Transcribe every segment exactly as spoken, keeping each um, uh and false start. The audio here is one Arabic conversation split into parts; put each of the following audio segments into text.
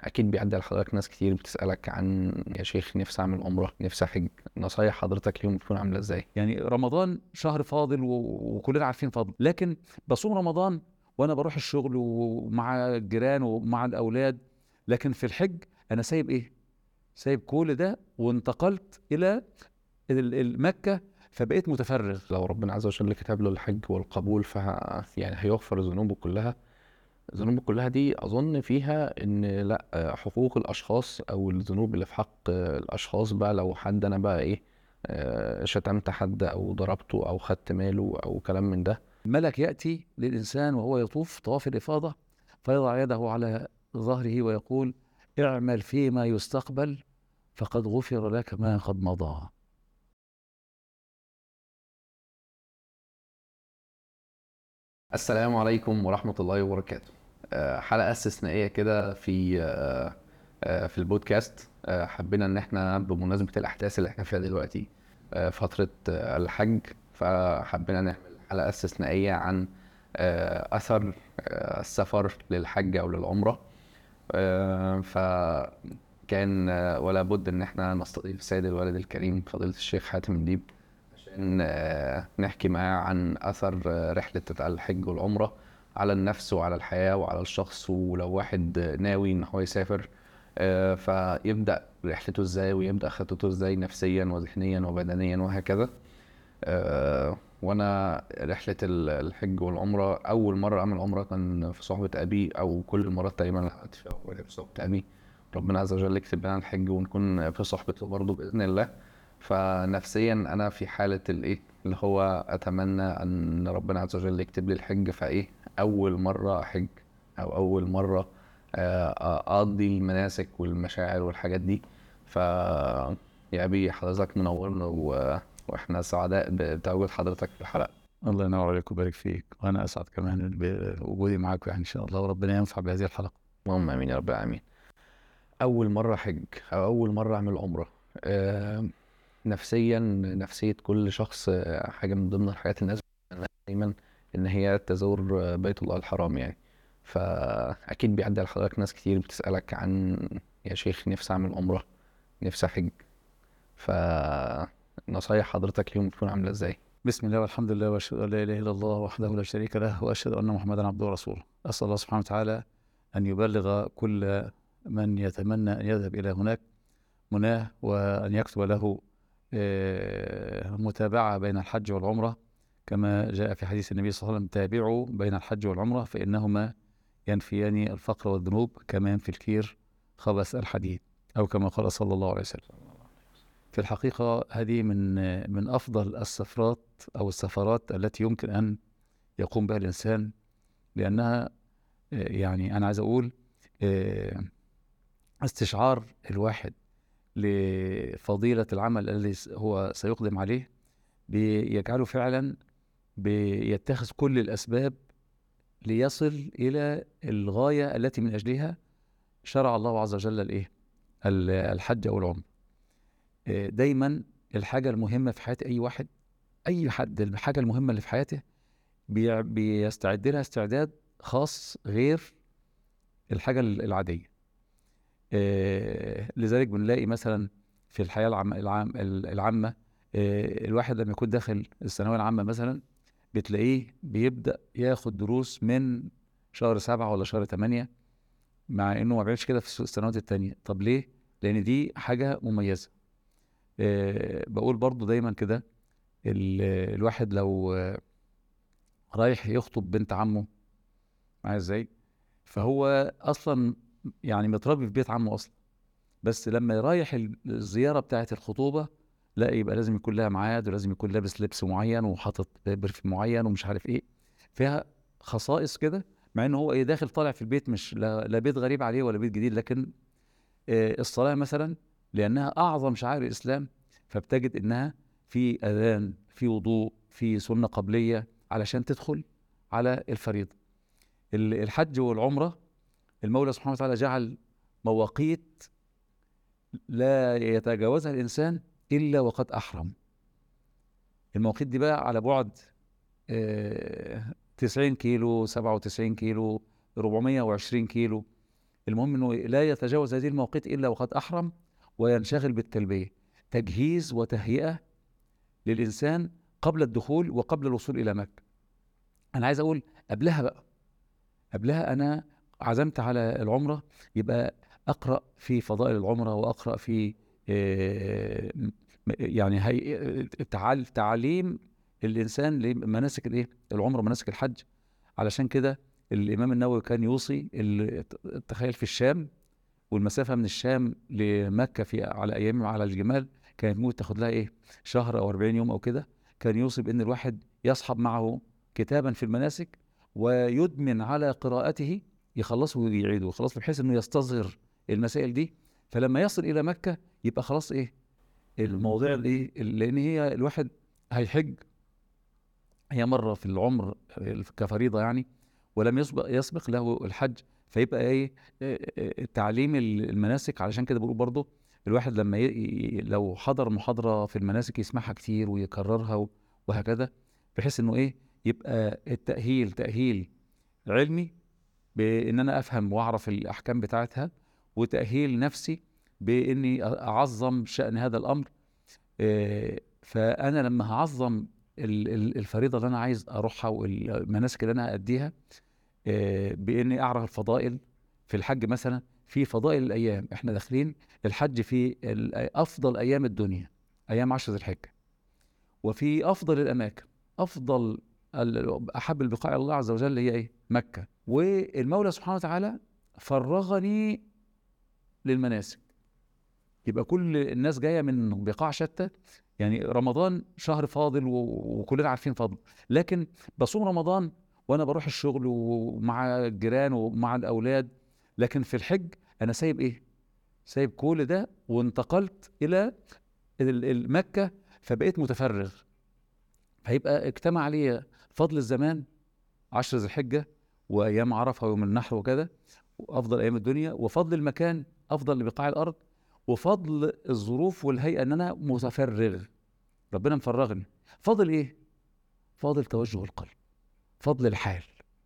اكيد بيعدي على حضرتك ناس كتير بتسألك عن يا شيخ نفسي اعمل عمرة، نفسي احج. نصايح حضرتك ليهم بتكون عاملة ازاي؟ يعني رمضان شهر فاضل و... وكلنا عارفين فضل، لكن بصوم رمضان وانا بروح الشغل ومع الجيران ومع الاولاد. لكن في الحج انا سايب ايه؟ سايب كل ده وانتقلت الى ال- ال- مكة، فبقيت متفرغ. لو ربنا عز وجل كتب له الحج والقبول فه يعني هيغفر ذنوبه كلها. ذنوبه كلها دي اظن فيها ان لا، حقوق الاشخاص او الذنوب اللي في حق الاشخاص بقى، لو حد انا بقى ايه، آه، شتمت حد او ضربته او خدت ماله او كلام من ده. الملك يأتي للإنسان وهو يطوف طواف الإفاضة، فيضع يده على ظهره ويقول: اعمل فيما يستقبل فقد غفر لك ما قد مضى. السلام عليكم ورحمة الله وبركاته. آه، حلقة استثنائية كده في آه، آه، في البودكاست. آه، حبينا ان احنا بمناسبة الاحداث اللي احنا فيها دلوقتي، آه، فترة آه، الحج، فحبينا نعمل حلقة استثنائية عن آه، اثر آه، السفر للحج او للعمرة. آه، فكان آه، ولا بد ان احنا نستضيف السيد الوالد الكريم فضيلة الشيخ حاتم الديب عشان آه، نحكي معاه عن اثر آه، رحلة الحج والعمرة على النفس وعلى الحياة وعلى الشخص، ولو واحد آه، ناوي ان هو يسافر، آه، فيبدأ رحلته ازاي ويبدأ خطته ازاي نفسيا وذهنيا وبدنيا وهكذا. آه، وانا رحلة ال- الحج والعمرة اول مرة اعمل عمرة كان في صحبة ابي، او كل المرات تقريبا اللي عملت فيها عمرة في صحبة ابي. ربنا عز وجل يكتب لنا الحج ونكون في صحبته برضه باذن الله. فنفسيا انا في حالة الايه اللي هو اتمنى ان ربنا عز وجل يكتب لي الحج، فايه اول مرة احج او ااول مرة آه، اقضي المناسك والمشاعر والحاجات دي. ف يا ابي حضرتك منورنا و... واحنا سعداء بتواجد حضرتك في الحلقة. الله ينور عليك ويبارك فيك، وأنا أسعد كمان بوجودي معاك يعني إن شاء الله، وربنا ينفع بهذه الحلقة. اللهم امين يا رب العالمين. اول مرة حج او اول مرة اعمل عمرة، آه، نفسيا نفسية كل شخص، آه، حاجة من ضمن الحاجات الناس بتتمناها دايما ان هي تزور آه، بيت الله الحرام يعني. فاكيد بيعدي على حضرتك ناس كتير بتسألك عن يا شيخ نفسي اعمل عمرة، نفسي احج. فنصايح حضرتك ليهم بتكون عاملة ازاي؟ بسم الله والحمد لله وأشهد أن لا إله إلا الله وحده لا شريك له، وأشهد أن محمدا عبده ورسوله. أسأل الله سبحانه وتعالى أن يبلغ كل من يتمنى أن يذهب إلى هناك مناه، وأن يكتب له آه، متابعة بين الحج والعمرة، كما جاء في حديث النبي صلى الله عليه وسلم: تابعوا بين الحج والعمرة فإنهما ينفيان الفقر والذنوب كما ينفي الكير خبث الحديد، أو كما قال صلى الله عليه وسلم. في الحقيقة هذه من من أفضل السفرات أو السفرات التي يمكن أن يقوم بها الإنسان، لأنها آه، يعني أنا عايز أقول آه، استشعار الواحد لفضيلة العمل الذي س- هو سيقدم عليه، بيجعله فعلا بيتخذ كل الأسباب ليصل إلى الغاية التي من أجلها شرع الله عز وجل الإيه؟ ال- الحج أو العمرة. آه، دايما الحاجة المهمة في حياة أي واحد، أي حد، الحاجة المهمة اللي في حياته بي- بيستعد لها استعداد خاص غير الحاجة العادية. آه، لذلك بنلاقي مثلا في الحياة العام العام العامة، آه، الواحد لما يكون داخل الثانوية العامة مثلا بتلاقيه بيبدأ ياخد دروس من شهر سبعة ولا شهر تمانية، مع انه ما بيعملش كده في السنوات التانية. طب ليه؟ لأن دي حاجة مميزة. آه، بقول برضو دايما كده، ال- الواحد لو آه، رايح يخطب بنت عمه، معايا ازاي؟ فهو اصلا يعني متربي في بيت عمه اصلا، بس لما رايح ال- الزياره بتاعه الخطوبه، لا يبقى لازم يكون لها ميعاد، ولازم يكون لابس لبس معين وحاطط برفيوم معين ومش عارف ايه، فيها خصائص كده. مع ان هو ايه، داخل طالع في البيت مش لا, لا بيت غريب عليه ولا بيت جديد، لكن آه الصلاه مثلا لانها اعظم شعائر الاسلام، فبتجد انها في اذان، في وضوء، في سنه قبليه علشان تدخل على الفريضه. ال- الحج والعمره، المولى سبحانه وتعالى جعل مواقيت لا يتجاوزها الإنسان إلا وقد أحرم. المواقيت دي بقى على بعد آه، تسعين كيلو، سبعة وتسعين كيلو، أربعمائة وعشرين كيلو. المهم انه لا يتجاوز هذه المواقيت الا وقد احرم وينشغل بالتلبيه، تجهيز وتهيئه للانسان قبل الدخول وقبل الوصول الى مكه. انا عايز اقول قبلها بقى، قبلها انا عزمت على العمره، يبقى اقرا في فضائل العمره، واقرا في آه، م- يعني هي تعال- تعليم الانسان لمناسك الايه العمره، مناسك الحج. علشان كده الامام النووي كان يوصي ال- تخيل في الشام، والمسافه من الشام لمكه في على ايام على الجمال كانت ممكن تاخد لها ايه شهر او أربعين يوم او كده. كان يوصي بان الواحد يصحب معه كتابا في المناسك ويدمن على قراءته، يخلصه ويعيده يخلصه بحيث انه يستصغر المسائل دي، فلما يصل الى مكه يبقى خلاص ايه المواضيع الايه، لان هي الواحد هيحج هي مره في العمر كفريضه يعني، ولم يسبق يسبق له الحج، فيبقى ايه آه، آه، تعليم المناسك. علشان كده بقول برضه الواحد لما ي... ي- لو حضر محاضره في المناسك يسمعها كتير ويكررها و- وهكذا، بحيث انه ايه يبقى التأهيل تأهيل علمي بان انا افهم واعرف الاحكام بتاعتها، وتأهيل نفسي باني اعظم شأن هذا الامر. آه، فانا لما هعظم ال- ال- الفريضه اللي انا عايز اروحها والمناسك اللي انا هاديها، آه، باني اعرف الفضائل. في الحج مثلا في فضائل الايام، احنا داخلين الحج في ال- افضل ايام الدنيا، ايام عشر ذي الحجه، وفي افضل الاماكن، افضل ال- احب البقاع إلى الله عز وجل هي ايه مكه. والمولى سبحانه وتعالى فرغني للمناسك، يبقى كل الناس جايه من بقاع شتى. يعني رمضان شهر فاضل و- وكلنا عارفين فضله، لكن بصوم رمضان وانا بروح الشغل ومع الجيران ومع الاولاد. لكن في الحج انا سايب ايه سايب كل ده وانتقلت الى ال- ال- مكه، فبقيت متفرغ. فيبقى اجتمع علي فضل الزمان عشر ذي الحجه وايام عرفه ويوم النحر وكذا، وافضل ايام الدنيا، وفضل المكان افضل لبقاع الارض، وفضل الظروف والهيئه ان انا متفرغ، ربنا مفرغني. فاضل ايه فاضل توجه القلب، فضل الحال.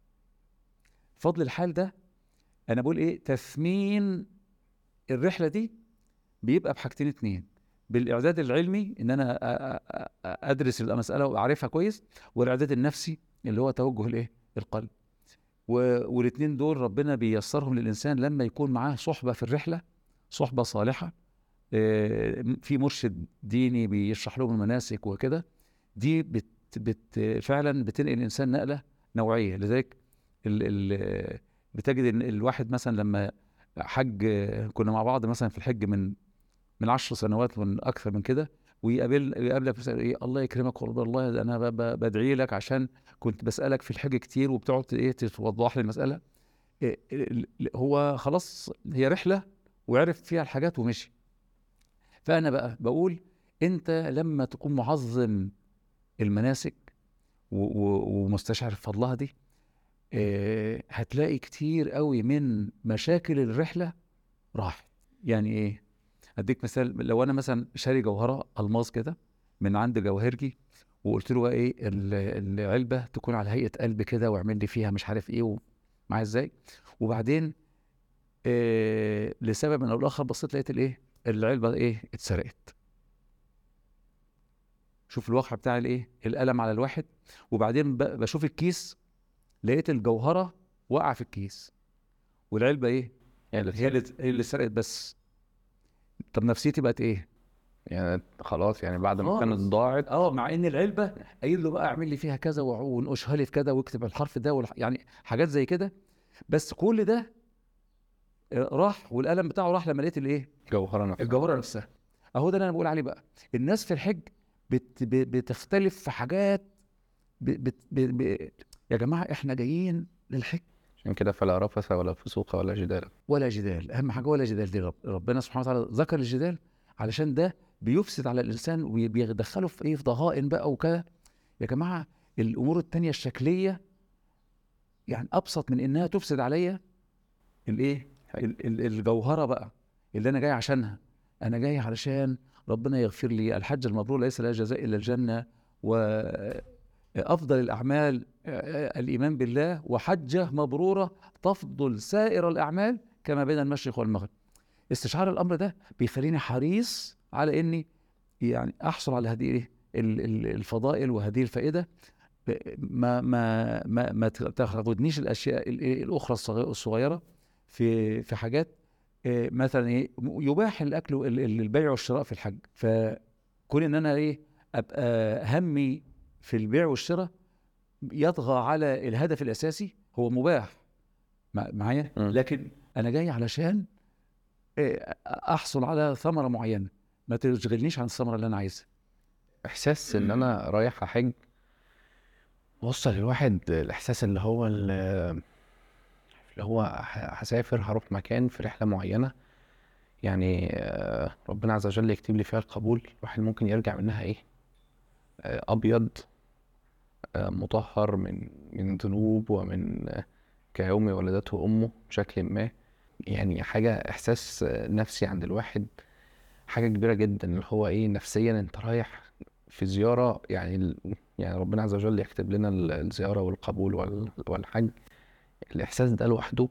فضل الحال ده انا بقول ايه تثمين الرحله دي بيبقى بحاجتين اتنين: بالاعداد العلمي ان انا أ- أ- أ- ادرس المساله واعرفها كويس، والاعداد النفسي اللي هو توجه الايه القلب. و- والاتنين دول ربنا بيسرهم للانسان لما يكون معاه صحبه في الرحله، صحبه صالحه، آه، في مرشد ديني بيشرح لهم المناسك وكده. دي بت بت فعلا بتنقل الانسان نقله نوعيه. لذلك ال ال بتجد ان الواحد مثلا لما حج، كنا مع بعض مثلا في الحج من من عشر سنوات ومن اكثر من كده، ويقابل يقابلك مثلا ايه الله يكرمك والله والله ده انا ب- ب- بدعي لك عشان كنت بسالك في الحج كتير، وبتقعد ايه توضح لي المساله. إيه ال- ال- هو خلاص هي رحله وعرف فيها الحاجات ومشي. فانا بقى بقول انت لما تكون معظم المناسك و- و- ومستشعر فضلها دي، آه، هتلاقي كتير قوي من مشاكل الرحله راحت. يعني ايه؟ اديك مثال: لو انا مثلا شاري جوهره الماس كده من عند جوهرجي، وقلت له بقى ايه ال- العلبه تكون على هيئه قلب كده، واعمل لي فيها مش عارف ايه معايا ازاي، وبعدين إيه لسبب من او لاخر بصيت لقيت الايه العلبه ايه اتسرقت. شوف الواقع بتاع الايه القلم على الواحد. وبعدين ب- بشوف الكيس، لقيت الجوهره واقعه في الكيس، والعلبه ايه يعني هي اللي هي اللي سرقت بس. طب نفسيتي بقت ايه؟ يعني خلاص، يعني بعد ما كانت خالص. ضاعت. اه مع ان العلبه قايل له بقى اعمل لي فيها كذا وع- ونقشها لي في كذا واكتب الحرف ده والح... يعني حاجات زي كده، بس كل ده آه، راح، والقلم بتاعه راح لما لقيت الايه جوهرة نفسها. الجوهره نفسها. اهو ده اللي انا بقول عليه بقى. الناس في الحج بت... ب- بتختلف في حاجات ب... بت... ب... ب... يا جماعه احنا جايين للحج. عشان كده فلا رفث ولا فسوق ولا جدال. ولا جدال، اهم حاجه ولا جدال دي. رب ربنا سبحانه وتعالى ذكر الجدال علشان ده بيفسد على الانسان وبيدخله في ايه في ضغائن بقى وكده. يا جماعه الامور التانية الشكليه يعني ابسط من انها تفسد عليا الايه ال- ال- الجوهره بقى اللي انا جاي عشانها. انا جاي علشان ربنا يغفر لي. الحج المبرور ليس له جزاء الا الجنه، وافضل الاعمال آه، الايمان بالله، وحجه مبروره تفضل سائر الاعمال كما بين المشرق والمغرب. استشعار الامر ده بيخليني حريص على اني يعني احصل على هذه إيه؟ ال- ال- الفضائل وهذه الفائده. ما ما ما ما تاخدنيش الاشياء ال- إيه الاخرى الصغ- الصغيره في في حاجات. إيه مثلا ايه يباح الاكل وال- ال- البيع والشراء في الحج، فكون ان انا ايه ابقى همي في البيع والشراء يطغى على الهدف الاساسي. هو مباح مع- معايا، مم. لكن انا جاي علشان إيه احصل على ثمره معينه، ما تشغلنيش عن الثمره اللي انا عايزها. احساس ان انا رايح احج وصل للواحد الاحساس اللي هو ال- اللي هو ه- هسافر هروح مكان في رحله معينه، يعني آه، ربنا عز وجل يكتب لي فيها القبول. الواحد ممكن يرجع منها ايه، آه، ابيض، آه، مطهر من من ذنوب ومن آه، كيوم ولدته امه بشكل ما. يعني حاجه احساس آه، نفسي عند الواحد، حاجه كبيره جدا، اللي هو ايه نفسيا انت رايح في زياره. يعني ال- يعني ربنا عز وجل يكتب لنا ال- الزياره والقبول وال- والحج. الاحساس ده لوحده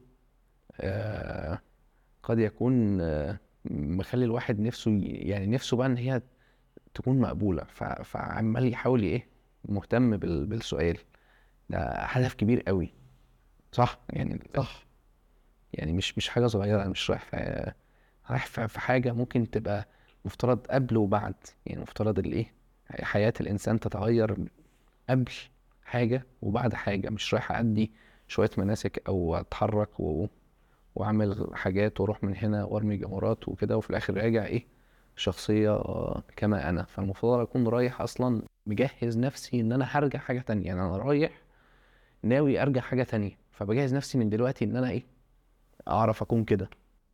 آه، قد يكون آه، مخلي الواحد نفسه ي- يعني نفسه بقى ان هي تكون مقبولة. ف- فعمال يحاول ايه، مهتم بال- بالسؤال ده. هدف كبير قوي، صح يعني. صح. يعني مش مش حاجة صغيرة. أنا مش رايح في رايح في في حاجة ممكن تبقى مفترض قبل وبعد. يعني مفترض الايه، حياة الإنسان تتغير قبل حاجة وبعد حاجة. مش رايح أدي شوية مناسك أو أتحرك و... وأعمل حاجات وأروح من هنا وأرمي جمرات وكده، وفي الآخر راجع إيه، شخصية آه، كما أنا. فالمفروض أكون رايح أصلا مجهز نفسي إن أنا هرجع حاجة تانية. يعني أنا رايح ناوي أرجع حاجة تانية، فبجهز نفسي من دلوقتي إن أنا إيه، أعرف أكون كده.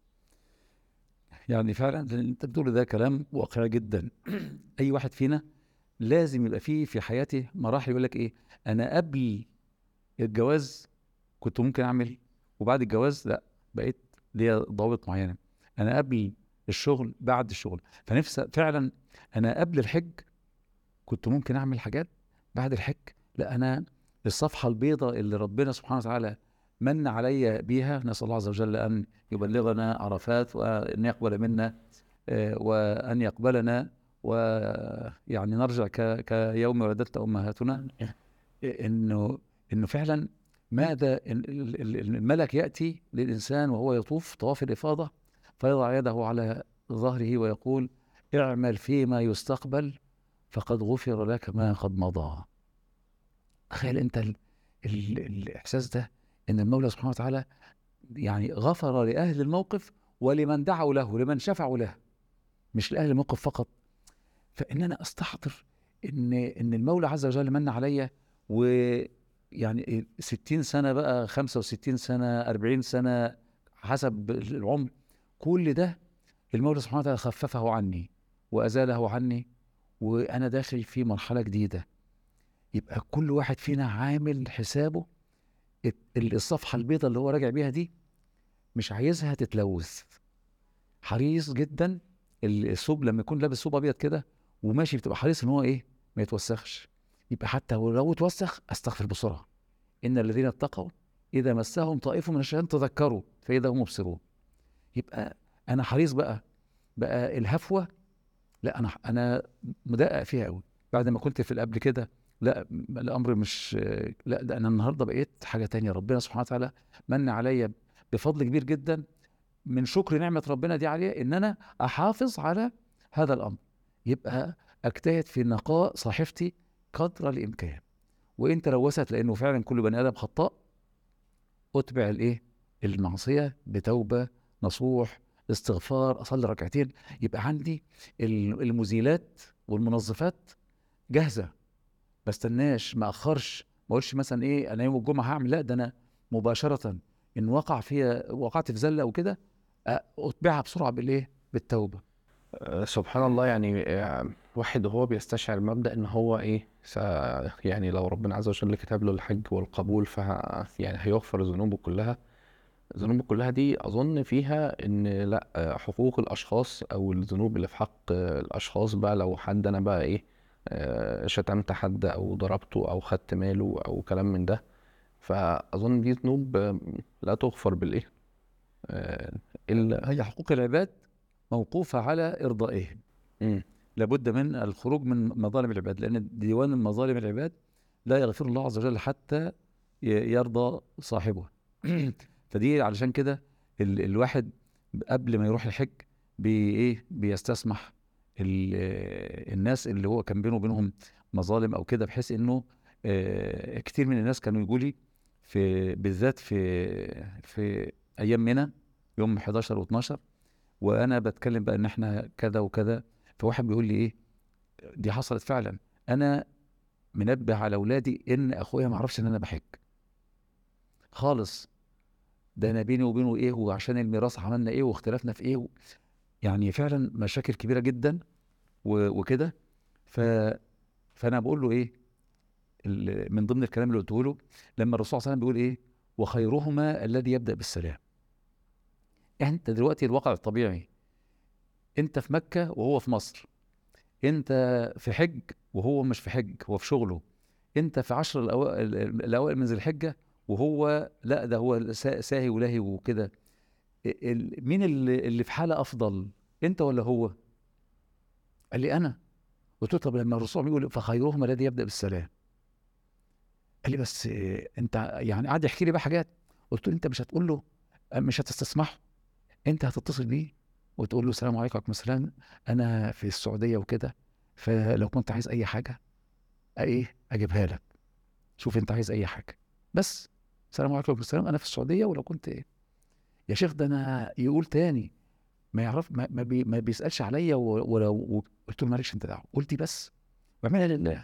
يعني فعلا اللي انت بتقوله ده كلام واقعي جدا. اي واحد فينا لازم يبقى فيه في حياته مراحل يقول لك ايه، انا قبل الجواز كنت ممكن اعمل، وبعد الجواز لا، بقيت ليا ضوابط معينه. انا قبل الشغل، بعد الشغل. فنفسي فعلا انا قبل الحج كنت ممكن اعمل حاجات، بعد الحج لا، انا الصفحه البيضاء اللي ربنا سبحانه وتعالى من علي بيها، نسال الله عز وجل ان يبلغنا عرفات وان يقبل منا آه، وان يقبلنا، ويعني نرجع ك- كيوم ولدتنا امهاتنا. انه انه فعلا ماذا ال- ال- ال- الملك ياتي للانسان وهو يطوف طواف الافاضه، فيضع يده على ظهره ويقول اعمل فيما يستقبل فقد غفر لك ما قد مضى. تخيل انت ال ال الاحساس ده، ان المولى سبحانه وتعالى يعني غفر لاهل الموقف ولمن دعوا له، لمن شفعوا له، مش لاهل الموقف فقط. فان انا استحضر ان ان المولى عز وجل من عليا، ويعني ستين سنه بقى، خمسة وستين سنه، أربعين سنه، حسب العمر، كل ده المولى سبحانه وتعالى خففه عني وازاله عني، وانا داخل في مرحله جديده. يبقى كل واحد فينا عامل حسابه الت- الصفحه البيضاء اللي هو راجع بيها دي مش عايزها تتلوث. حريص جدا الثوب لما يكون لابس ثوب ابيض كده وماشي، بتبقى حريص ان هو ايه، ما يتوسخش. يبقى حتى ولو اتوسخ استغفر بسرعه. ان الذين اتقوا اذا مسهم طائف من الشيطان تذكروا فاذا هم مبصرون. يبقى انا حريص بقى بقى الهفوه، لا انا انا مدقق فيها قوي. بعد ما كنت في قبل كده لا، م- الامر مش، لا ده انا النهارده بقيت حاجه تانية. ربنا سبحانه وتعالى من عليا بفضل كبير جدا، من شكر نعمة ربنا دي عليه ان انا احافظ على هذا الامر. يبقى اجتهد في نقاء صحيفتي قدر الامكان، وان تلوثت، لانه فعلا كل بني ادم خطاء، اتبع الايه، المعصية بتوبة نصوح، استغفار، اصلي ركعتين، يبقى عندي ال- المزيلات والمنظفات جاهزة. ما استناش، ما اخرش، ما اقولش مثلا ايه انا يوم الجمعة هعمل، لا ده انا مباشرة ان وقع فيها، وقعت في زلة او كده، أ- اتبعها بسرعه بالايه، بالتوبه. آه، سبحان الله. يعني آه، واحد وهو بيستشعر مبدأ ان هو ايه س... يعني لو ربنا عز وجل كتب له الحج والقبول، فه يعني هيغفر ذنوبه كلها. ذنوبه كلها دي اظن فيها ان لا، آه، حقوق الاشخاص او الذنوب اللي في حق آه، الاشخاص بقى. لو حد انا بقى ايه، آه، شتمت حد او ضربته او خدت ماله او كلام من ده، فاظن دي ذنوب آه، لا تغفر بالايه، آه، ال... هي حقوق العباد موقوفة على إرضائهم. مم. لابد من الخروج من مظالم العباد، لأن ديوان المظالم العباد لا يغفر الله عز وجل حتى ي- يرضى صاحبه. فدي علشان كده ال الواحد قبل ما يروح الحج بي ايه بيستسمح ال- آه، الناس اللي هو كان بينه وبينهم مظالم او كده، بحيث انه آه، كتير من الناس كانوا يقولوا لي في بالذات في في ايام منى يوم حداشر و12، وانا بتكلم بقى ان احنا كذا وكذا، فواحد بيقول لي ايه دي حصلت فعلا، انا منبه على اولادي ان اخويا ما عرفش ان انا بحج خالص، ده انا بيني وبينه ايه، وعشان الميراث عملنا ايه واختلفنا في ايه و... يعني فعلا مشاكل كبيره جدا و... وكده. ف... فانا بقول له ايه ال... من ضمن الكلام اللي قلته له لما الرسول صلى الله عليه وسلم بيقول ايه وخيرهما الذي يبدا بالسلام. يعني انت دلوقتي الواقع الطبيعي، انت في مكه وهو في مصر، انت في حج وهو مش في حج، هو في شغله، انت في عشر الاوائل الاوائل من ذي الحجه وهو لا ده هو سا- ساهي ولهي وكده. ال- مين اللي, اللي في حاله افضل، انت ولا هو؟ قال لي انا. قلت له طب لما الرسول بيقول فخيرهما الذي يبدا بالسلام، قال لي بس اه، انت يعني قعد يحكي لي بقى حاجات. قلت له انت مش هتقول له، اه، مش هتستسمحه، انت هتتصل بيه وتقول له السلام عليكم وعليكم السلام، انا في السعوديه وكده، فلو كنت عايز اي حاجه ايه اجيبها لك، شوف انت عايز اي حاجه بس، السلام عليكم وعليكم السلام انا في السعوديه ولو كنت ايه. يا شيخ ده انا يقول تاني ما يعرف ما, ما, بي ما بيسالش عليا و- ولو قلت له معلش انت دعوه قلتي بس واعملها لله.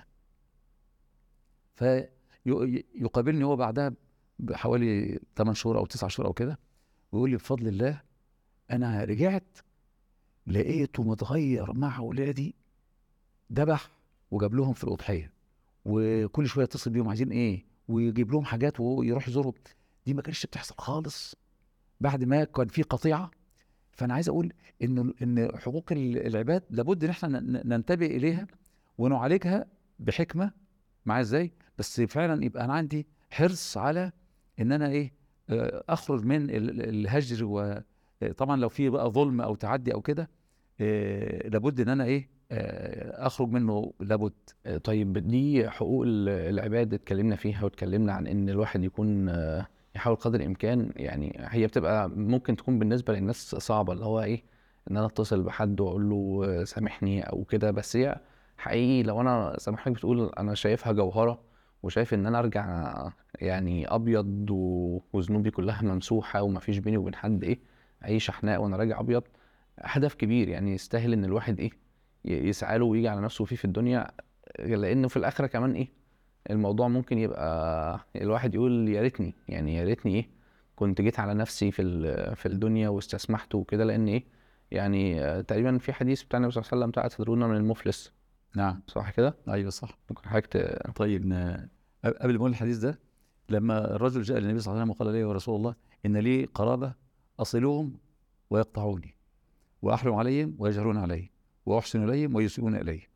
فيقابلني هو بعدها بحوالي ثمانية شهور او تسعة شهور او كده، ويقول لي بفضل الله انا رجعت لقيته متغير مع اولادي، ذبح وجاب لهم في الاضحيه، وكل شويه يتصل بيهم عايزين ايه ويجيب لهم حاجات ويروح يزورهم. دي ما كانتش بتحصل خالص بعد ما كان في قطيعه. فانا عايز اقول ان ان حقوق ال- العباد لابد ان احنا ن- ن- ننتبه اليها ونعالجها بحكمه معايا ازاي، بس فعلا يبقى انا عندي حرص على ان انا ايه آه، اخرج من ال- ال- الهجر. وطبعا لو في بقى ظلم او تعدي او كده آه، لابد ان انا ايه آه، اخرج منه لابد. آه، طيب دي حقوق ال- العباد اتكلمنا فيها، واتكلمنا عن ان الواحد يكون آه، يحاول قدر الامكان. يعني هي بتبقى ممكن تكون بالنسبه للناس صعبه، اللي هو ايه ان انا اتصل بحد واقول له آه، سامحني او كده، بس هي حقيقي لو انا سامحك بتقول انا شايفها جوهره، وشايف ان انا ارجع يعني ابيض و- وذنوبي كلها ممسوحه ومفيش بيني وبين حد ايه اي شحناء وانا راجع ابيض. هدف كبير يعني يستاهل ان الواحد ايه ي- يسعى له ويجي على نفسه فيه في الدنيا، لانه في الاخره كمان ايه الموضوع ممكن يبقى الواحد يقول يا ريتني، يعني يا ريتني ايه كنت جيت على نفسي في ال- في الدنيا واستسمحت وكده، لان ايه يعني آه، تقريبا في حديث بتاع النبي صلى الله عليه وسلم بتاع تدرون من المفلس، نعم. صح كده؟ ايوه صح. ممكن حضرتك ت- طيب ن- قبل ما اقول الحديث ده، لما الرجل جاء للنبي صلى الله عليه وسلم وقال لي يا رسول الله ان لي قرابه اصلهم ويقطعوني واحرم عليهم ويجهرون علي واحسن اليهم ويسيئون الي،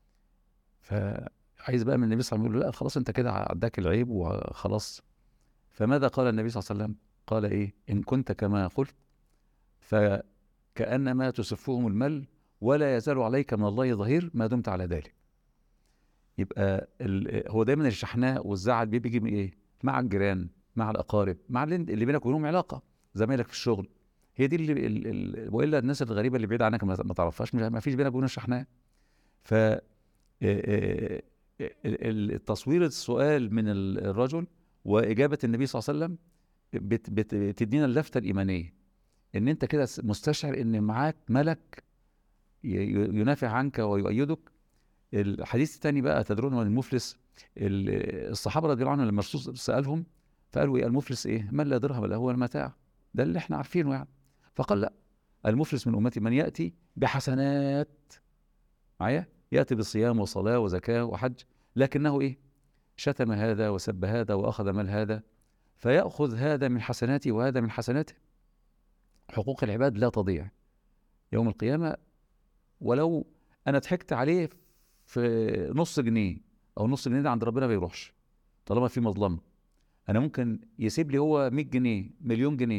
فعايز بقى من النبي صلى الله عليه وسلم يقول له لا خلاص انت كده عداك العيب وخلاص. فماذا قال النبي صلى الله عليه وسلم؟ قال ايه ان كنت كما قلت فكأنما تسفهم المل ولا يزال عليك من الله ظهير ما دمت على ذلك. يبقى ال... هو دايما الشحناء والزعل بي- بيجي من ايه؟ مع الجيران، مع الاقارب، مع اللي, اللي بينك وبينهم علاقه، زمايلك في الشغل. هي دي اللي ال... ال... والا الناس الغريبه اللي بعيده عنك ما ما تعرفهاش مش- ما فيش بينك وبين الشحناء. ف آه، آه، آه، ال- التصوير السؤال من ال- الرجل واجابه النبي صلى الله عليه وسلم بت... بت... بتدينا اللفته الايمانيه ان انت كده مستشعر ان معاك ملك ي- ي- ينافع عنك ويؤيدك. الحديث الثاني بقى تدرون من المفلس، ال- الصحابه رضي الله عنهم لما الرسول سالهم فقالوا ايه المفلس ايه؟ من لا درهم له هو المتاع، ده اللي احنا عارفينه يعني. فقال لا، المفلس من امتي من ياتي بحسنات، معايا ياتي بصيام وصلاه وزكاه وحج، لكنه ايه؟ شتم هذا وسب هذا واخذ مال هذا، فياخذ هذا من حسناتي وهذا من حسناته. حقوق العباد لا تضيع يوم القيامه، ولو انا ضحكت عليه في نص جنيه او نص جنيه ده عند ربنا ما بيروحش، طالما في مظلمه. انا ممكن يسيب لي هو مية جنيه مليون جنيه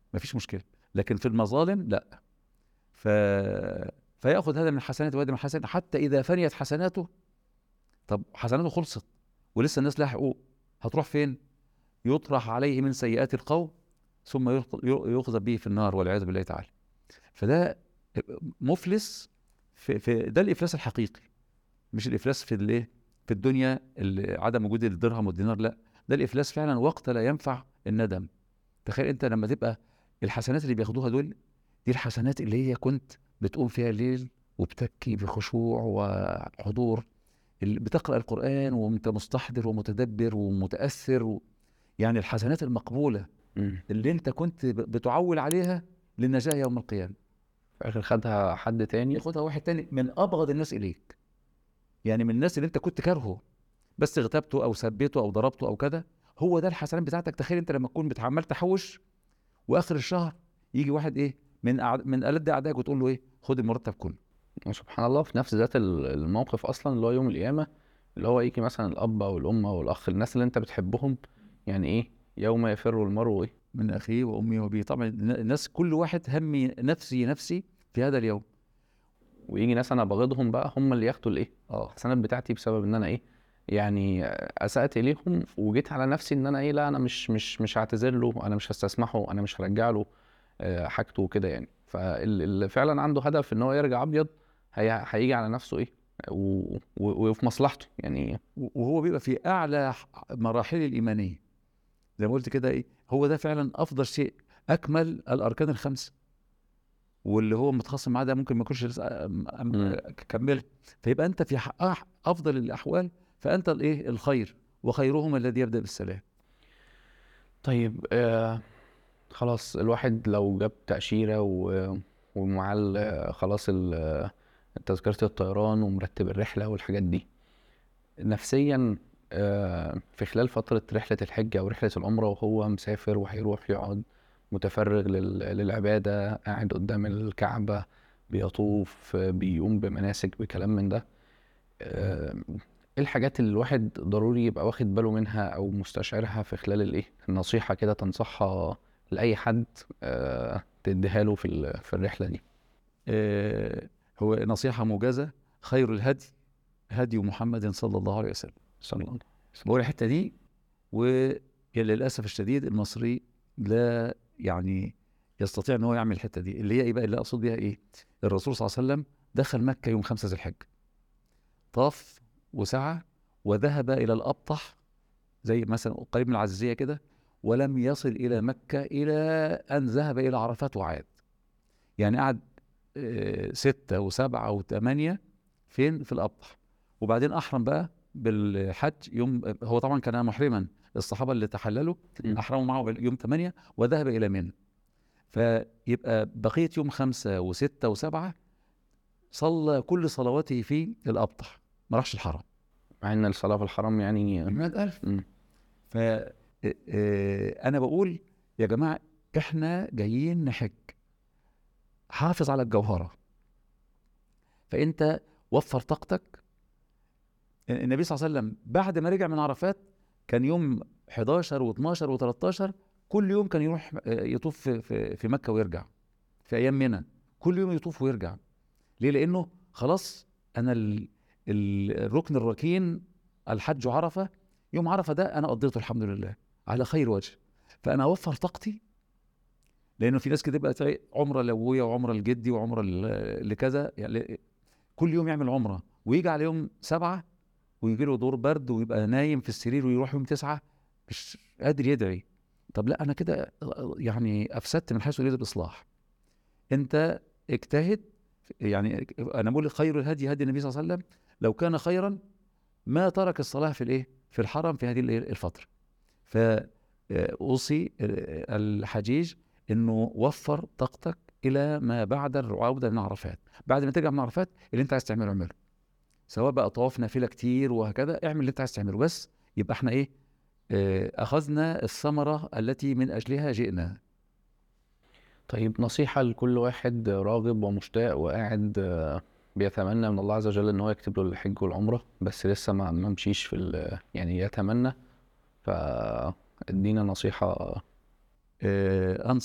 مفيش مشكله، لكن في المظالم لا. ف... فياخذ هذا من الحسنات وهذا من الحسنات، حتى اذا فنيت حسناته، طب حسناته خلصت ولسه الناس لها حقوق، هتروح فين؟ يطرح عليه من سيئات القوم ثم يخ- يخذ به في النار والعياذ بالله تعالى. فده مفلس، في, في ده الافلاس الحقيقي، مش الافلاس في الايه، في الدنيا اللي عدم وجود الدرهم والدينار، لا، ده الافلاس فعلا وقت لا ينفع الندم. تخيل انت لما تبقى الحسنات اللي بياخدوها دول، دي الحسنات اللي هي كنت بتقوم فيها الليل وبتبكي بخشوع وحضور، اللي بتقرأ القرآن وانت مستحضر ومتدبر ومتأثر و... يعني الحسنات المقبولة مم. اللي انت كنت ب- بتعول عليها للنجاة يوم القيامة، في الاخر خدها حد تاني. ياخدها واحد تاني من أبغض الناس إليك، يعني من الناس اللي انت كنت كارهه بس اغتبته أو سبيته أو ضربته أو كذا، هو ده الحسنات بتاعتك. تخيل انت لما تكون بتعمل تحوش واخر الشهر يجي واحد ايه من أعد... من ألد اعدائك وتقول له ايه، خد المرتب كله. وسبحان الله في نفس ذات ال- الموقف اصلا اللي هو يوم القيامه، اللي هو يجي مثلا الاب او الام او الاخ، الناس اللي انت بتحبهم، يعني ايه يوم يفر المرء ايه من اخيه وامي وابيه، طبعا الناس كل واحد همي نفسي نفسي في هذا اليوم. ويجي ناس انا بغيضهم بقى هم اللي ياخدوا الايه اه الحسنات بتاعتي، بسبب ان انا ايه يعني اسأت اليهم، وجيت على نفسي ان انا ايه لا انا مش مش مش هعتذر له، انا مش هستسمحه، انا مش هرجع له آه، حاجته وكده يعني. فاللي فعلا عنده هدف ان هو يرجع ابيض، هي- هيجي على نفسه ايه و- و- وفي مصلحته يعني. وهو بيبقى في اعلى ح- مراحل الايمانيه، زي ما قلت كده، ايه هو ده فعلا افضل شيء، اكمل الاركان الخمسه، واللي هو متخاصم معاه ده ممكن ما يكونش لسه أم- مم. أم- كمل. فيبقى انت في حق أح- افضل الاحوال، فانت الايه الخير، وخيرهم الذي يبدا بالسلام. طيب آه خلاص الواحد لو جاب تأشيرة و... ومعاه ال- خلاص ال- تذكرة الطيران ومرتب الرحلة والحاجات دي، نفسيا آه، في خلال فترة رحلة الحج أو رحلة العمرة وهو مسافر وهيروح يقعد متفرغ لل- للعبادة، قاعد قدام الكعبة بيطوف آه، بيقوم بمناسك بكلام من ده، آه، ايه الحاجات اللي الواحد ضروري يبقى واخد باله منها أو مستشعرها في خلال الايه النصيحة كده تنصحها لأي حد آه، تديها له في ال- في الرحلة دي؟ آه هو نصيحه موجزه: خير الهدي هدي محمد صلى الله عليه وسلم. صلى الله عليه وسلم. بقول الحته دي، وللاسف الشديد المصري لا يعني يستطيع ان هو يعمل الحته دي، اللي هي ايه بقى، اللي اقصد بيها ايه، الرسول صلى الله عليه وسلم دخل مكه يوم خمسة ذي الحجه، طاف وسعى وذهب الى الابطح، زي مثلا قريب من العزيزيه كده، ولم يصل الى مكه الى ان ذهب الى عرفات وعاد. يعني قعد آه، ستة وسبعة وثمانية فين؟ في الأبطح. وبعدين أحرم بقى بالحج يوم، هو طبعا كان محرما، الصحابة اللي تحللوا م. أحرموا معه يوم ثمانية وذهب إلى منى. فيبقى بقية يوم خمسة وستة وسبعة صلى كل صلواته في الأبطح، ما راحش الحرم. مع إن الصلاة في الحرم يعني عماد ألف. م. ف آه، أنا بقول يا جماعة، إحنا جايين نحج، حافظ على الجوهرة. فأنت وفر طاقتك. النبي صلى الله عليه وسلم بعد ما رجع من عرفات كان يوم حداشر و12 و13 كل يوم كان يروح آه، يطوف في, في, في مكة ويرجع، في أيام منى كل يوم يطوف ويرجع. ليه؟ لأنه خلاص أنا ال ال الركن الركين الحج عرفة، يوم عرفة ده أنا قضيته الحمد لله على خير وجه، فأنا أوفر طاقتي. لأنه في ناس كده بقى تلاقي عمرة لأبويا وعمرة لجدي وعمرة ل- لكذا، يعني كل يوم يعمل عمرة ويجي على يوم سبعة ويجي له دور برد ويبقى نايم في السرير، ويروح يوم تسعة مش قادر يدعي. طب لا، انا كده يعني افسدت من حيث اريد الاصلاح. انت اجتهد. يعني انا بقول خير الهدي هدي النبي صلى الله عليه وسلم، لو كان خيرا ما ترك الصلاه في الايه، في الحرم في هذه الإيه؟ الفتره. فاوصي الحجيج انه وفر طاقتك الى ما بعد العوده من عرفات. بعد ما ترجع من عرفات اللي انت عايز تعمله اعمله، سواء بقى طواف نافله كتير وهكذا، اعمل اللي انت عايز تعمله، بس يبقى احنا ايه، آه، اخذنا الثمره التي من اجلها جئنا. طيب نصيحة لكل واحد راغب ومشتاق وقاعد آه، بيتمنى من الله عز وجل ان هو يكتب له الحج والعمرة، بس لسه ما ما مشيش في ال- يعني يتمنى، فادينا نصيحة. آه، انصح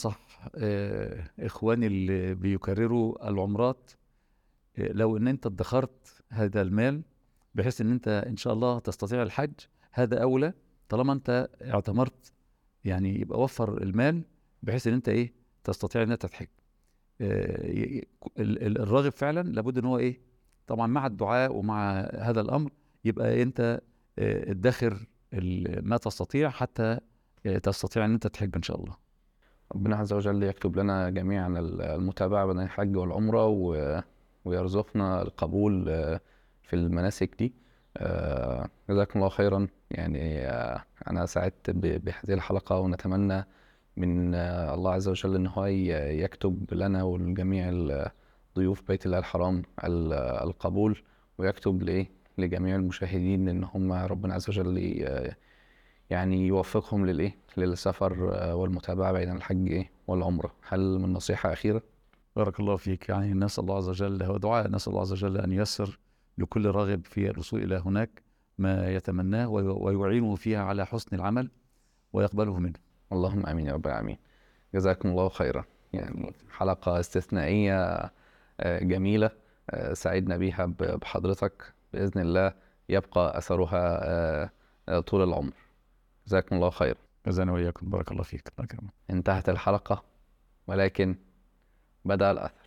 آه، إخواني اللي بيكرروا العمرات، آه، لو إن أنت ادخرت هذا المال بحيث إن أنت إن شاء الله تستطيع الحج، هذا أولى. طالما أنت اعتمرت يعني يبقى وفر المال بحيث إن أنت إيه تستطيع إن أنت تحج. آه، ي- ي- ال- ال- الراغب فعلا لابد إن هو إيه، طبعا مع الدعاء ومع هذا الأمر يبقى أنت آه، ادخر ال- ما تستطيع حتى آه، تستطيع إن أنت تحج إن شاء الله. ربنا عز وجل يكتب لنا جميعا المتابعة بين الحج والعمرة و... ويرزقنا القبول آه، في المناسك دي. آه، جزاكم الله خيرا. يعني آه، أنا سعدت ب- بهذه الحلقة، ونتمنى من آه، الله عز وجل إن هو ي- يكتب لنا ولجميع ال- ضيوف بيت الله الحرام ال- القبول، ويكتب لإيه لجميع المشاهدين إن هم ربنا عز وجل ي- يعني يوفقهم للإيه للسفر آه، والمتابعة بين الحج إيه والعمرة. هل من نصيحة أخيرة؟ بارك الله فيك. يعني نسأل الله عز وجل، هو دعاء، نسأل الله عز وجل أن ييسر لكل راغب في الوصول إلى هناك ما يتمناه وي- ويعينه فيها على حسن العمل ويقبله منه. اللهم آمين يا رب العالمين. جزاكم الله خيرا. يعني حلقة استثنائية آه، جميلة، آه، سعدنا بيها ب- بحضرتك. بإذن الله يبقى أثرها آه، آه، طول العمر. جزاكم الله خيرا. جزانا وإياكم، بارك الله فيك. الله يكرمك. انتهت الحلقة، ولكن بدأ الأثر.